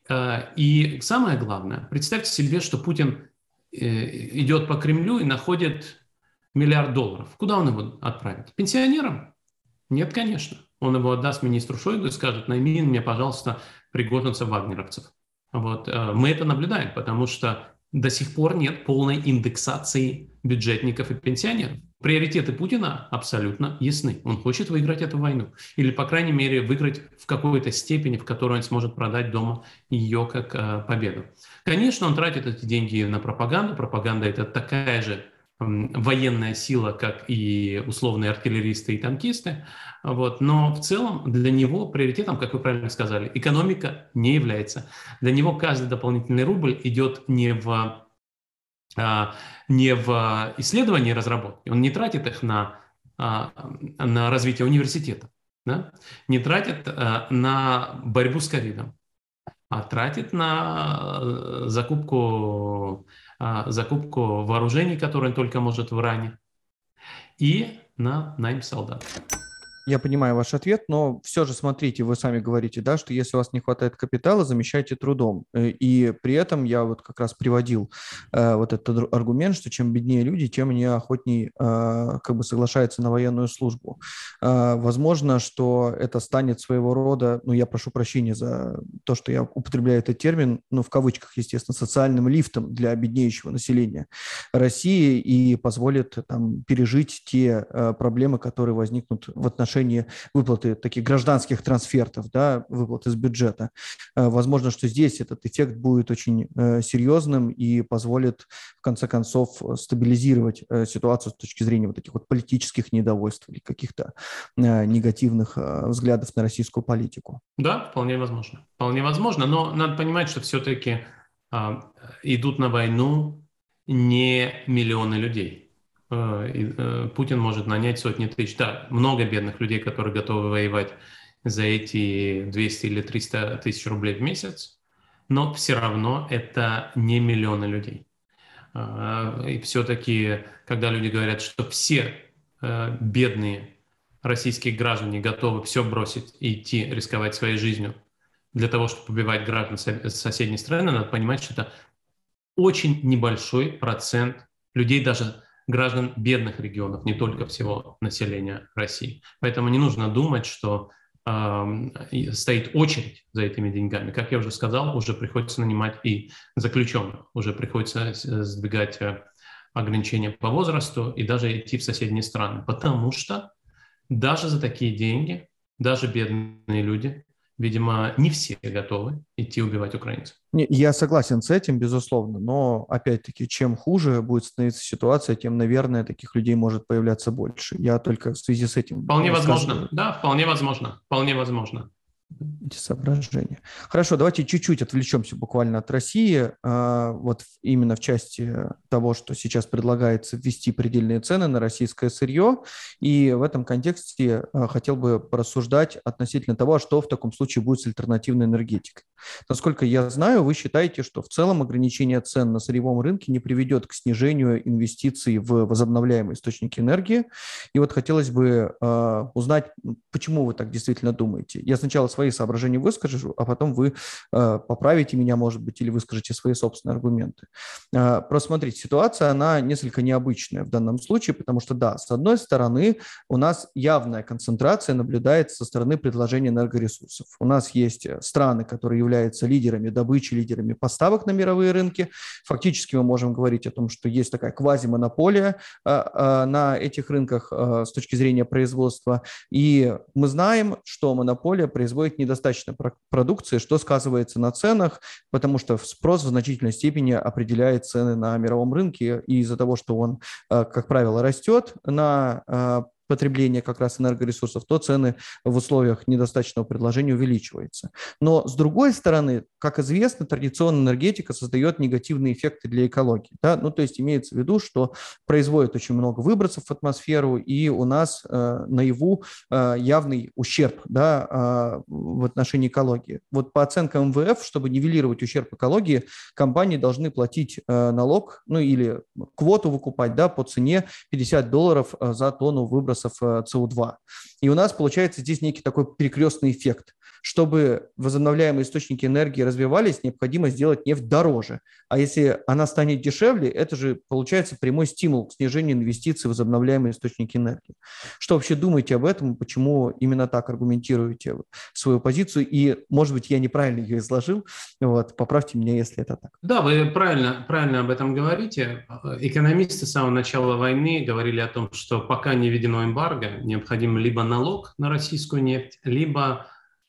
И самое главное, представьте себе, что Путин идет по Кремлю и находит миллиард долларов. Куда он его отправит? Пенсионерам? Нет, конечно. Он его отдаст министру Шойгу и скажет: найми мне, пожалуйста, пригожинцев-вагнеровцев. Вот. Мы это наблюдаем, потому что до сих пор нет полной индексации бюджетников и пенсионеров. Приоритеты Путина абсолютно ясны. Он хочет выиграть эту войну. Или, по крайней мере, выиграть в какой-то степени, в которой он сможет продать дома ее как э, победу. Конечно, он тратит эти деньги на пропаганду. Пропаганда – это такая же военная сила, как и условные артиллеристы и танкисты. Вот. Но в целом для него приоритетом, как вы правильно сказали, экономика не является. Для него каждый дополнительный рубль идет не в, а, не в исследование и разработки, он не тратит их на, а, на развитие университета, да? Не тратит а, на борьбу с ковидом, а тратит на закупку закупку вооружений, которые он только может в Иране, и на найм солдат. Я понимаю ваш ответ, но все же смотрите, вы сами говорите, да, что если у вас не хватает капитала, замещайте трудом. И при этом я вот как раз приводил э, вот этот аргумент, что чем беднее люди, тем они охотнее э, как бы соглашаются на военную службу. Э, возможно, что это станет своего рода, ну я прошу прощения за то, что я употребляю этот термин, ну в кавычках, естественно, социальным лифтом для беднеющего населения России и позволит там пережить те э, проблемы, которые возникнут в отношении выплаты таких гражданских трансфертов, да, выплат из бюджета. Возможно, что здесь этот эффект будет очень серьезным и позволит, в конце концов, стабилизировать ситуацию с точки зрения вот таких вот политических недовольств или каких-то негативных взглядов на российскую политику. Да, вполне возможно. Вполне возможно, но надо понимать, что все-таки э, идут на войну не миллионы людей. Путин может нанять сотни тысяч. Да, много бедных людей, которые готовы воевать за эти двести или триста тысяч рублей в месяц, но все равно это не миллионы людей. И все-таки, когда люди говорят, что все бедные российские граждане готовы все бросить и идти рисковать своей жизнью для того, чтобы убивать граждан соседней страны, надо понимать, что это очень небольшой процент людей, даже граждан бедных регионов, не только всего населения России. Поэтому не нужно думать, что э, стоит очередь за этими деньгами. Как я уже сказал, уже приходится нанимать и заключенных, уже приходится сдвигать ограничения по возрасту и даже идти в соседние страны. Потому что даже за такие деньги, даже бедные люди, видимо, не все готовы идти убивать украинцев. Я согласен с этим, безусловно, но, опять-таки, чем хуже будет становиться ситуация, тем, наверное, таких людей может появляться больше. Я только в связи с этим... Вполне возможно, да, вполне возможно, вполне возможно. Эти соображения. Хорошо, давайте чуть-чуть отвлечемся буквально от России. Вот именно в части того, что сейчас предлагается ввести предельные цены на российское сырье. И в этом контексте хотел бы порассуждать относительно того, что в таком случае будет с альтернативной энергетикой. Насколько я знаю, вы считаете, что в целом ограничение цен на сырьевом рынке не приведет к снижению инвестиций в возобновляемые источники энергии. И вот хотелось бы узнать, почему вы так действительно думаете. Я сначала свои соображения выскажу, а потом вы э, поправите меня, может быть, или выскажете свои собственные аргументы. Э, просто смотрите, ситуация, она несколько необычная в данном случае, потому что, да, с одной стороны, у нас явная концентрация наблюдается со стороны предложения энергоресурсов. У нас есть страны, которые являются лидерами добычи, лидерами поставок на мировые рынки. Фактически мы можем говорить о том, что есть такая квазимонополия э, э, на этих рынках э, с точки зрения производства. И мы знаем, что монополия производит недостаточно продукции, что сказывается на ценах, потому что спрос в значительной степени определяет цены на мировом рынке, и из-за того, что он, как правило, растет на потребления как раз энергоресурсов, то цены в условиях недостаточного предложения увеличиваются. Но с другой стороны, как известно, традиционная энергетика создает негативные эффекты для экологии. Да? Ну, то есть имеется в виду, что производит очень много выбросов в атмосферу, и у нас э, наяву э, явный ущерб, да, э, в отношении экологии. Вот по оценкам эм вэ эф, чтобы нивелировать ущерб экологии, компании должны платить э, налог, ну или квоту выкупать, да, по цене пятьдесят долларов за тонну выбросов си о два. И у нас получается здесь некий такой перекрестный эффект. чтобы возобновляемые источники энергии развивались, необходимо сделать нефть дороже. А если она станет дешевле, это же получается прямой стимул к снижению инвестиций в возобновляемые источники энергии. Что вообще думаете об этом? Почему именно так аргументируете свою позицию? И, может быть, я неправильно ее изложил. Вот, поправьте меня, если это так. Да, вы правильно, правильно об этом говорите. Экономисты с самого начала войны говорили о том, что пока не введено эмбарго, необходим либо налог на российскую нефть, либо,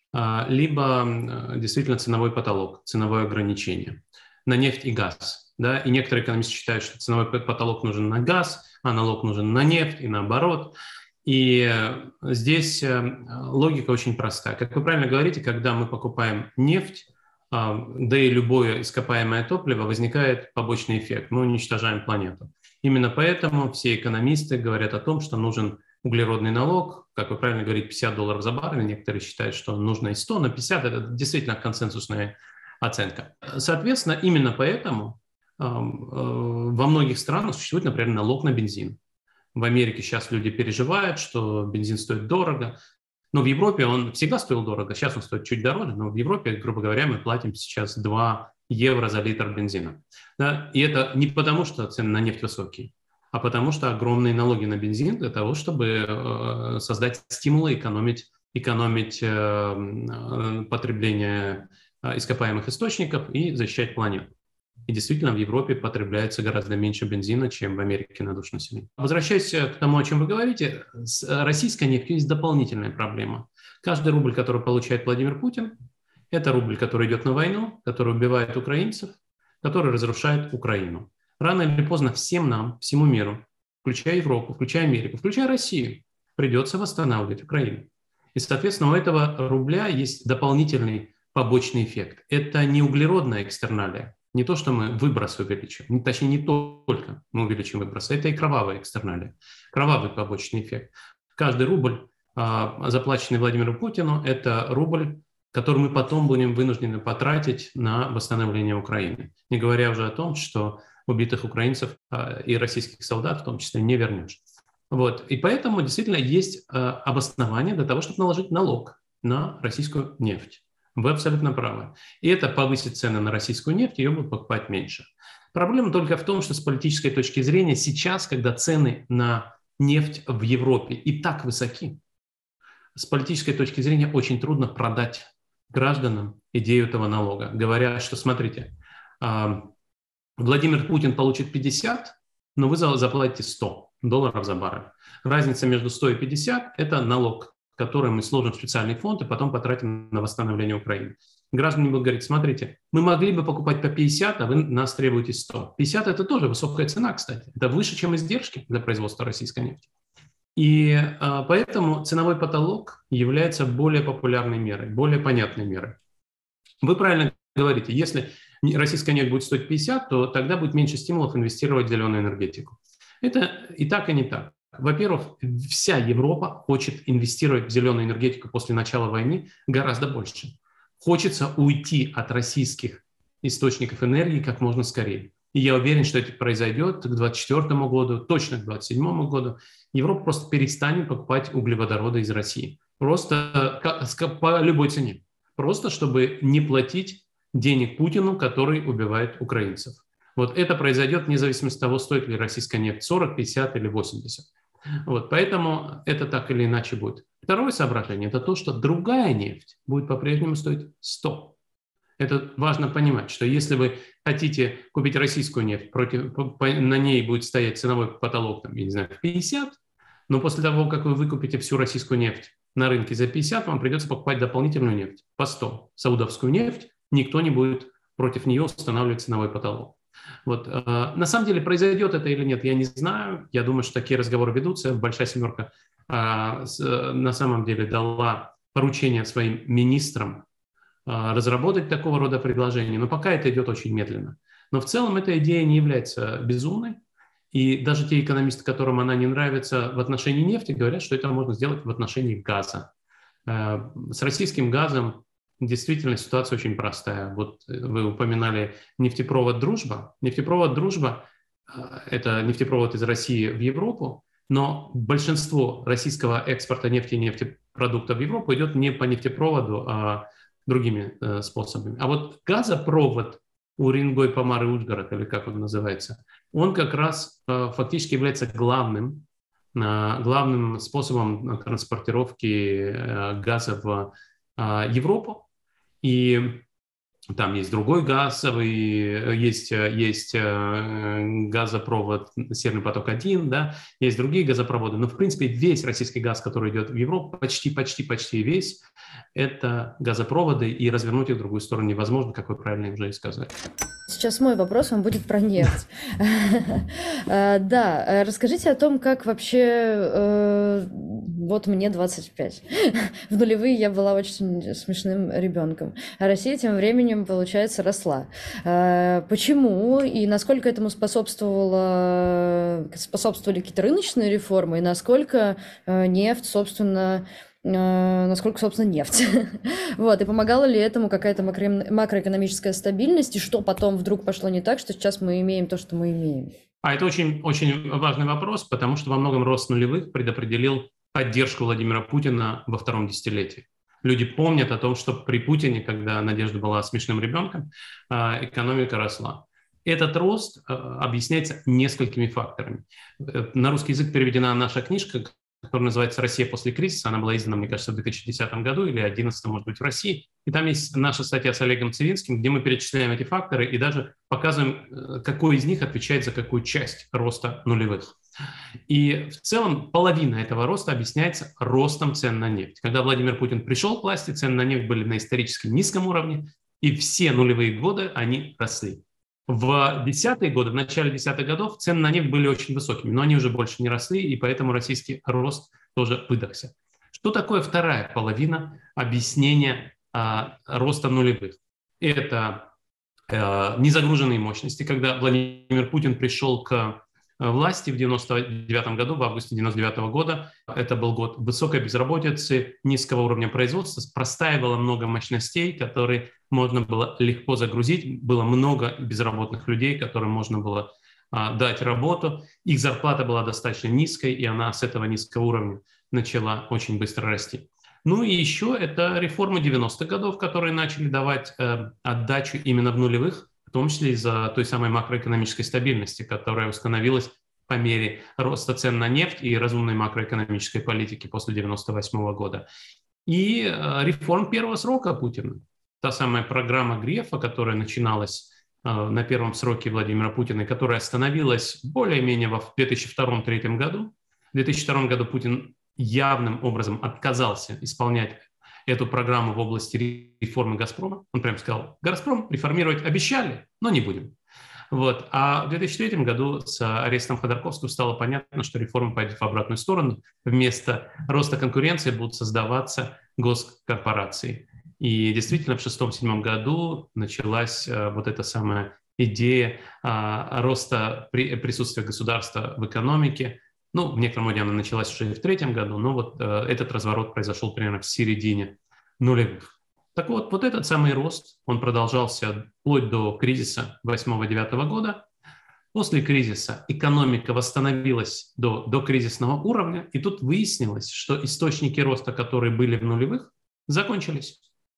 либо действительно ценовой потолок, ценовое ограничение на нефть и газ. Да? И некоторые экономисты считают, что ценовой потолок нужен на газ, а налог нужен на нефть и наоборот. И здесь логика очень простая. Как вы правильно говорите, когда мы покупаем нефть, да и любое ископаемое топливо, возникает побочный эффект. Мы уничтожаем планету. Именно поэтому все экономисты говорят о том, что нужен углеродный налог. Как вы правильно говорите, пятьдесят долларов за баррель. Некоторые считают, что нужно и сто, но пятьдесят – это действительно консенсусная оценка. Соответственно, именно поэтому во многих странах существует, например, налог на бензин. В Америке сейчас люди переживают, что бензин стоит дорого. Но в Европе он всегда стоил дорого, сейчас он стоит чуть дороже, но в Европе, грубо говоря, мы платим сейчас два евро за литр бензина. Да? И это не потому, что цены на нефть высокие, а потому что огромные налоги на бензин для того, чтобы э, создать стимулы экономить, экономить э, потребление э, ископаемых источников и защищать планету. И действительно, в Европе потребляется гораздо меньше бензина, чем в Америке на душу населения. Возвращаясь к тому, о чем вы говорите, с российской нефтью есть дополнительная проблема. Каждый рубль, который получает Владимир Путин, это рубль, который идет на войну, который убивает украинцев, который разрушает Украину. Рано или поздно всем нам, всему миру, включая Европу, включая Америку, включая Россию, придется восстанавливать Украину. И, соответственно, у этого рубля есть дополнительный побочный эффект. Это не углеродная экстерналия. Не то, что мы выброс увеличим, точнее, не только мы увеличим выброс, это и кровавая экстерналия, кровавый побочный эффект. Каждый рубль, заплаченный Владимиру Путину, это рубль, который мы потом будем вынуждены потратить на восстановление Украины. Не говоря уже о том, что убитых украинцев и российских солдат в том числе не вернешь. Вот. И поэтому действительно есть обоснование для того, чтобы наложить налог на российскую нефть. Вы абсолютно правы. И это повысит цены на российскую нефть, ее будут покупать меньше. Проблема только в том, что с политической точки зрения сейчас, когда цены на нефть в Европе и так высоки, с политической точки зрения очень трудно продать гражданам идею этого налога, говоря, что смотрите, Владимир Путин получит пятьдесят, но вы заплатите сто долларов за баррель. Разница между сто и пятьдесят – это налог, который мы сложим в специальный фонд и потом потратим на восстановление Украины. Граждане будут говорить, смотрите, мы могли бы покупать по пятьдесят, а вы нас требуете сто. пятьдесят – это тоже высокая цена, кстати. Это выше, чем издержки для производства российской нефти. И а, поэтому ценовой потолок является более популярной мерой, более понятной мерой. Вы правильно говорите, если российская нефть будет стоить пятьдесят, то тогда будет меньше стимулов инвестировать в зеленую энергетику. Это и так, и не так. Во-первых, вся Европа хочет инвестировать в зеленую энергетику после начала войны гораздо больше. Хочется уйти от российских источников энергии как можно скорее. И я уверен, что это произойдет к двадцать четвёртому году, точно к двадцать седьмому году. Европа просто перестанет покупать углеводороды из России. Просто по любой цене. Просто чтобы не платить денег Путину, который убивает украинцев. Вот это произойдет вне зависимости от того, стоит ли российская нефть сорок, пятьдесят или восемьдесят. Вот, поэтому это так или иначе будет. Второе соображение – это то, что другая нефть будет по-прежнему стоить сто. Это важно понимать, что если вы хотите купить российскую нефть, против, на ней будет стоять ценовой потолок, там, я не знаю, пятьдесят, но после того, как вы выкупите всю российскую нефть на рынке за пятьдесят, вам придется покупать дополнительную нефть по сто. Саудовскую нефть, никто не будет против нее устанавливать ценовой потолок. Вот. На самом деле, произойдет это или нет, я не знаю. Я думаю, что такие разговоры ведутся. Большая семерка на самом деле дала поручение своим министрам разработать такого рода предложения. Но пока это идет очень медленно. Но в целом эта идея не является безумной. И даже те экономисты, которым она не нравится в отношении нефти, говорят, что это можно сделать в отношении газа. С российским газом действительно ситуация очень простая. Вот вы упоминали нефтепровод «Дружба». Нефтепровод «Дружба» – это нефтепровод из России в Европу. Но большинство российского экспорта нефти и нефтепродуктов в Европу идет не по нефтепроводу, а другими э, способами. А вот газопровод Уренгой-Помары-Ужгород, или как он называется, он как раз э, фактически является главным, э, главным способом транспортировки э, газа в э, Европу. И там есть другой газовый, есть, есть газопровод Северный поток-один, да, есть другие газопроводы. Но, в принципе, весь российский газ, который идет в Европу, почти-почти-почти весь, это газопроводы, и развернуть их в другую сторону невозможно, как вы правильно уже и сказали. Сейчас мой вопрос, он будет про нефть. Да, расскажите о том, как вообще... Вот мне двадцать пять. В нулевые я была очень смешным ребенком. А Россия тем временем, получается, росла. Почему и насколько этому способствовало, способствовали какие-то рыночные реформы, и насколько нефть, собственно... насколько, собственно, нефть. Вот, и помогала ли этому какая-то макро- макроэкономическая стабильность, и что потом вдруг пошло не так, что сейчас мы имеем то, что мы имеем? А это очень, очень важный вопрос, потому что во многом рост нулевых предопределил поддержку Владимира Путина во втором десятилетии. Люди помнят о том, что при Путине, когда Надежда была смешным ребенком, экономика росла. Этот рост объясняется несколькими факторами. На русский язык переведена наша книжка, которая называется «Россия после кризиса». Она была издана, мне кажется, в две тысячи десятом году или две тысячи одиннадцатом, может быть, в России. И там есть наша статья с Олегом Цивинским, где мы перечисляем эти факторы и даже показываем, какой из них отвечает за какую часть роста нулевых. И в целом половина этого роста объясняется ростом цен на нефть. Когда Владимир Путин пришел к власти, цены на нефть были на исторически низком уровне, и все нулевые годы они росли. В десятые годы, в начале десятых годов цены на нефть были очень высокими, но они уже больше не росли, и поэтому российский рост тоже выдохся. Что такое вторая половина объяснения а, роста нулевых? Это а, незагруженные мощности. Когда Владимир Путин пришел к власти в девяносто девятом году, в августе девяносто девятого года, это был год высокой безработицы, низкого уровня производства, простаивало много мощностей, которые можно было легко загрузить, было много безработных людей, которым можно было а, дать работу, их зарплата была достаточно низкой, и она с этого низкого уровня начала очень быстро расти. Ну и еще это реформы девяностых годов, которые начали давать э, отдачу именно в нулевых, в том числе из-за той самой макроэкономической стабильности, которая установилась по мере роста цен на нефть и разумной макроэкономической политики после девяносто восьмого года. И э, реформ первого срока Путина. Та самая программа Грефа, которая начиналась э, на первом сроке Владимира Путина, и которая остановилась более-менее в две тысячи втором — две тысячи третьем году. В две тысячи втором году Путин явным образом отказался исполнять эту программу в области реформы «Газпрома». Он прямо сказал: «Газпром реформировать обещали, но не будем». Вот. А в две тысячи третьем году с арестом Ходорковского стало понятно, что реформа пойдет в обратную сторону. Вместо роста конкуренции будут создаваться госкорпорации. И действительно в шестом-седьмом году началась вот эта самая идея роста присутствия государства в экономике. Ну, в некотором роде она началась уже и в третьем году, но вот э, этот разворот произошел примерно в середине нулевых. Так вот, вот этот самый рост, он продолжался вплоть до кризиса восьмого-девятого года. После кризиса экономика восстановилась до, до кризисного уровня, и тут выяснилось, что источники роста, которые были в нулевых, закончились.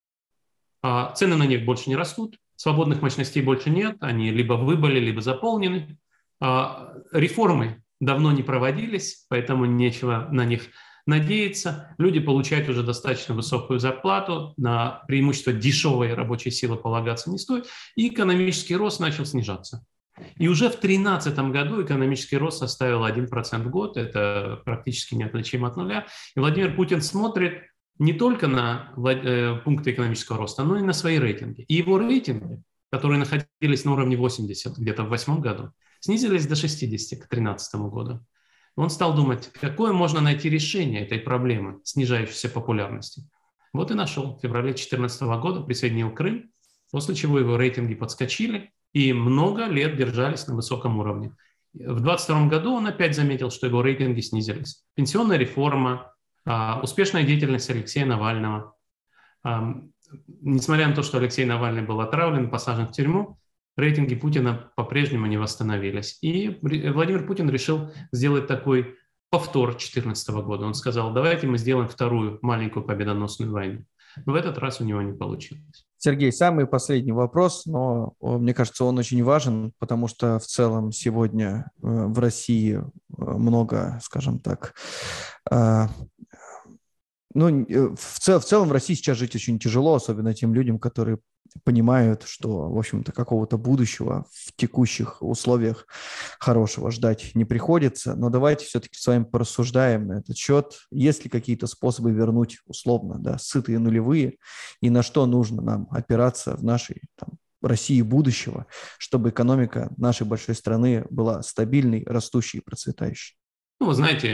А цены на нефть больше не растут, свободных мощностей больше нет, они либо выбыли, либо заполнены. А реформы давно не проводились, поэтому нечего на них надеяться. Люди получают уже достаточно высокую зарплату, на преимущество дешевой рабочей силы полагаться не стоит, и экономический рост начал снижаться. И уже в две тысячи тринадцатом году экономический рост составил один процент в год, это практически неотличимо от нуля. И Владимир Путин смотрит не только на пункты экономического роста, но и на свои рейтинги. И его рейтинги, которые находились на уровне восемьдесят где-то в восьмом году, снизились до шестидесяти к две тысячи тринадцатому году. Он стал думать, какое можно найти решение этой проблемы снижающейся популярности. Вот и нашел. В феврале две тысячи четырнадцатого года присоединил Крым, после чего его рейтинги подскочили и много лет держались на высоком уровне. В две тысячи двадцать втором году он опять заметил, что его рейтинги снизились. Пенсионная реформа, успешная деятельность Алексея Навального. Несмотря на то, что Алексей Навальный был отравлен, посажен в тюрьму, рейтинги Путина по-прежнему не восстановились. И Владимир Путин решил сделать такой повтор две тысячи четырнадцатого года. Он сказал, давайте мы сделаем вторую маленькую победоносную войну. Но в этот раз у него не получилось. Сергей, самый последний вопрос, но мне кажется, он очень важен, потому что в целом сегодня в России много, скажем так, ну, в, цел, в целом в России сейчас жить очень тяжело, особенно тем людям, которые понимают, что, в общем-то, какого-то будущего в текущих условиях хорошего ждать не приходится. Но давайте все-таки с вами порассуждаем на этот счет. Есть ли какие-то способы вернуть, условно, да, сытые нулевые, и на что нужно нам опираться в нашей там, России будущего, чтобы экономика нашей большой страны была стабильной, растущей и процветающей? Ну, вы знаете,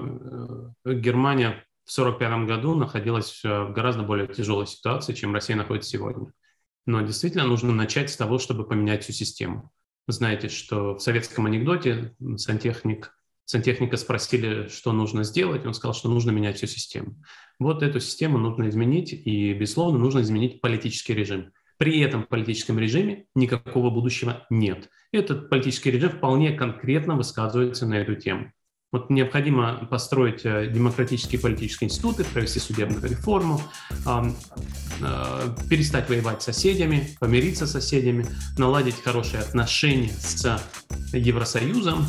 Германия в сорок пятом году находилась в гораздо более тяжелой ситуации, чем Россия находится сегодня. Но действительно нужно начать с того, чтобы поменять всю систему. Вы знаете, что в советском анекдоте сантехник, сантехника спросили, что нужно сделать, и он сказал, что нужно менять всю систему. Вот эту систему нужно изменить, и, безусловно, нужно изменить политический режим. При этом политическом режиме никакого будущего нет. Этот политический режим вполне конкретно высказывается на эту тему. Вот необходимо построить демократические политические институты, провести судебную реформу, э, э, перестать воевать с соседями, помириться с соседями, наладить хорошие отношения с Евросоюзом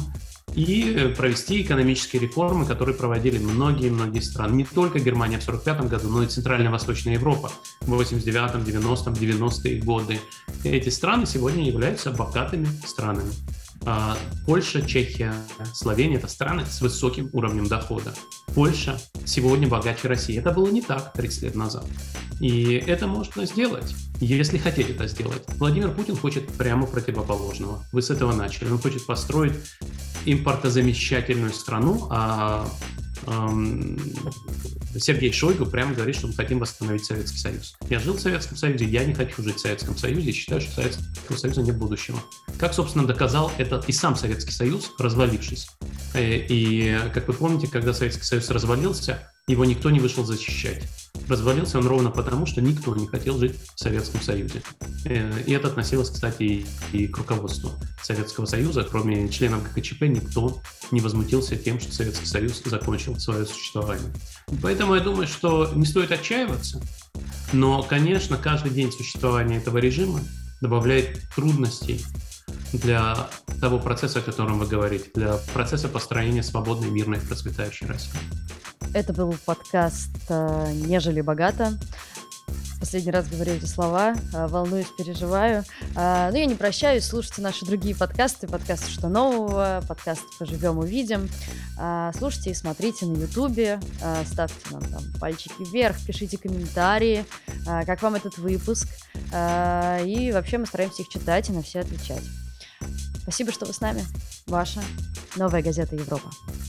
и провести экономические реформы, которые проводили многие-многие страны. Не только Германия в сорок пятом году, но и Центральная и Восточная Европа в восемьдесят девятом, девяностом, девяностые годы. Эти страны сегодня являются богатыми странами. Польша, Чехия, Словения – это страны с высоким уровнем дохода. Польша сегодня богаче России. Это было не так тридцать лет назад. И это можно сделать, если хотите это сделать. Владимир Путин хочет прямо противоположного. Вы с этого начали. Он хочет построить импортозамещательную страну, а эм, Сергей Шойгу прямо говорит, что мы хотим восстановить Советский Союз. Я жил в Советском Союзе, я не хочу жить в Советском Союзе, и считаю, что Советского Союза нет будущего. Как, собственно, доказал это и сам Советский Союз, развалившись. И, как вы помните, когда Советский Союз развалился, его никто не вышел защищать. Развалился он ровно потому, что никто не хотел жить в Советском Союзе. И это относилось, кстати, и к руководству Советского Союза. Кроме членов ГКЧП, никто не возмутился тем, что Советский Союз закончил свое существование. Поэтому я думаю, что не стоит отчаиваться. Но, конечно, каждый день существования этого режима добавляет трудностей для того процесса, о котором вы говорите, для процесса построения свободной, мирной, процветающей России. Это был подкаст «Не жили богато». Последний раз говорю эти слова, волнуюсь, переживаю. Но я не прощаюсь, слушайте наши другие подкасты, подкаст «Что нового?», подкаст «Поживем, увидим». Слушайте и смотрите на Ютубе, ставьте нам там пальчики вверх, пишите комментарии, как вам этот выпуск. И вообще мы стараемся их читать и на все отвечать. Спасибо, что вы с нами. Ваша «Новая газета Европа».